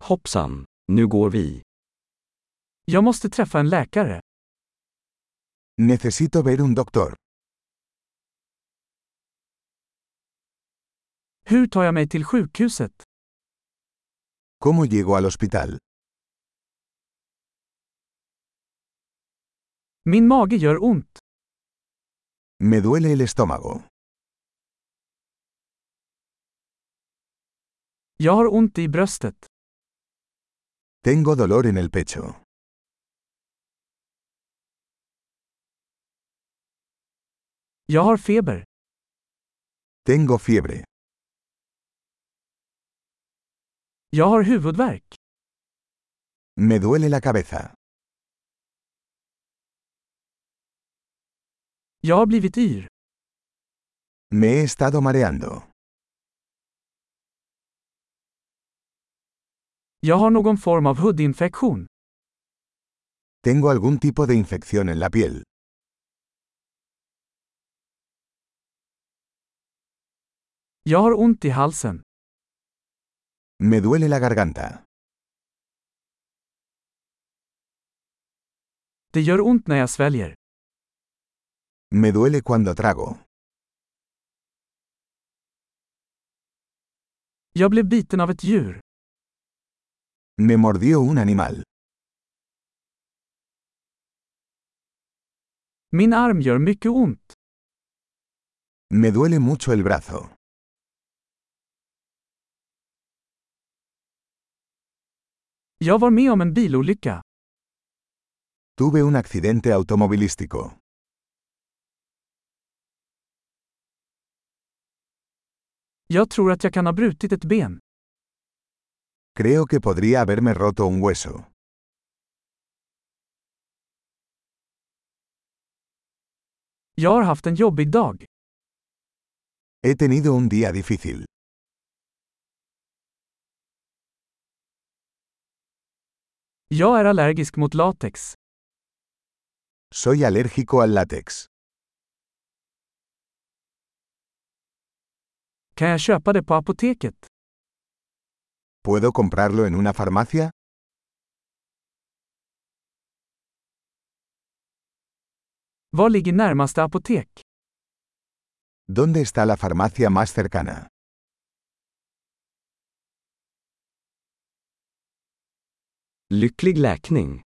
Hoppsan, nu går vi. Jag måste träffa en läkare. Necesito ver un doctor. Hur tar jag mig till sjukhuset? ¿Cómo llego al hospital? Min mage gör ont. Me duele el estómago. Jag har ont i bröstet. Tengo dolor en el pecho. Jag har feber. Tengo fiebre. Jag har huvudvärk. Me duele la cabeza. Jag har blivit yr. Me he estado mareando. Jag har någon form av hudinfektion. Tengo algún tipo de infección en la piel. Jag har ont i halsen. Me duele la garganta. Det gör ont när jag sväljer. Me duele cuando trago. Jag blev biten av ett djur. Me mordió un animal. Min arm gör mycket ont. Me duele mucho el brazo. Jag var med om en bilolycka. Tuve un accidente automovilístico. Jag tror att jag kan ha brutit ett ben. Creo que podría haberme roto un hueso. Jag har haft en jobbig dag. He tenido un día difícil. Jag är allergisk mot latex. Soy alérgico al látex. Kan jag köpa det på apoteket? ¿Puedo comprarlo en una farmacia? Var ligger närmaste apotek? ¿Dónde está la farmacia más cercana? Lycklig läkning!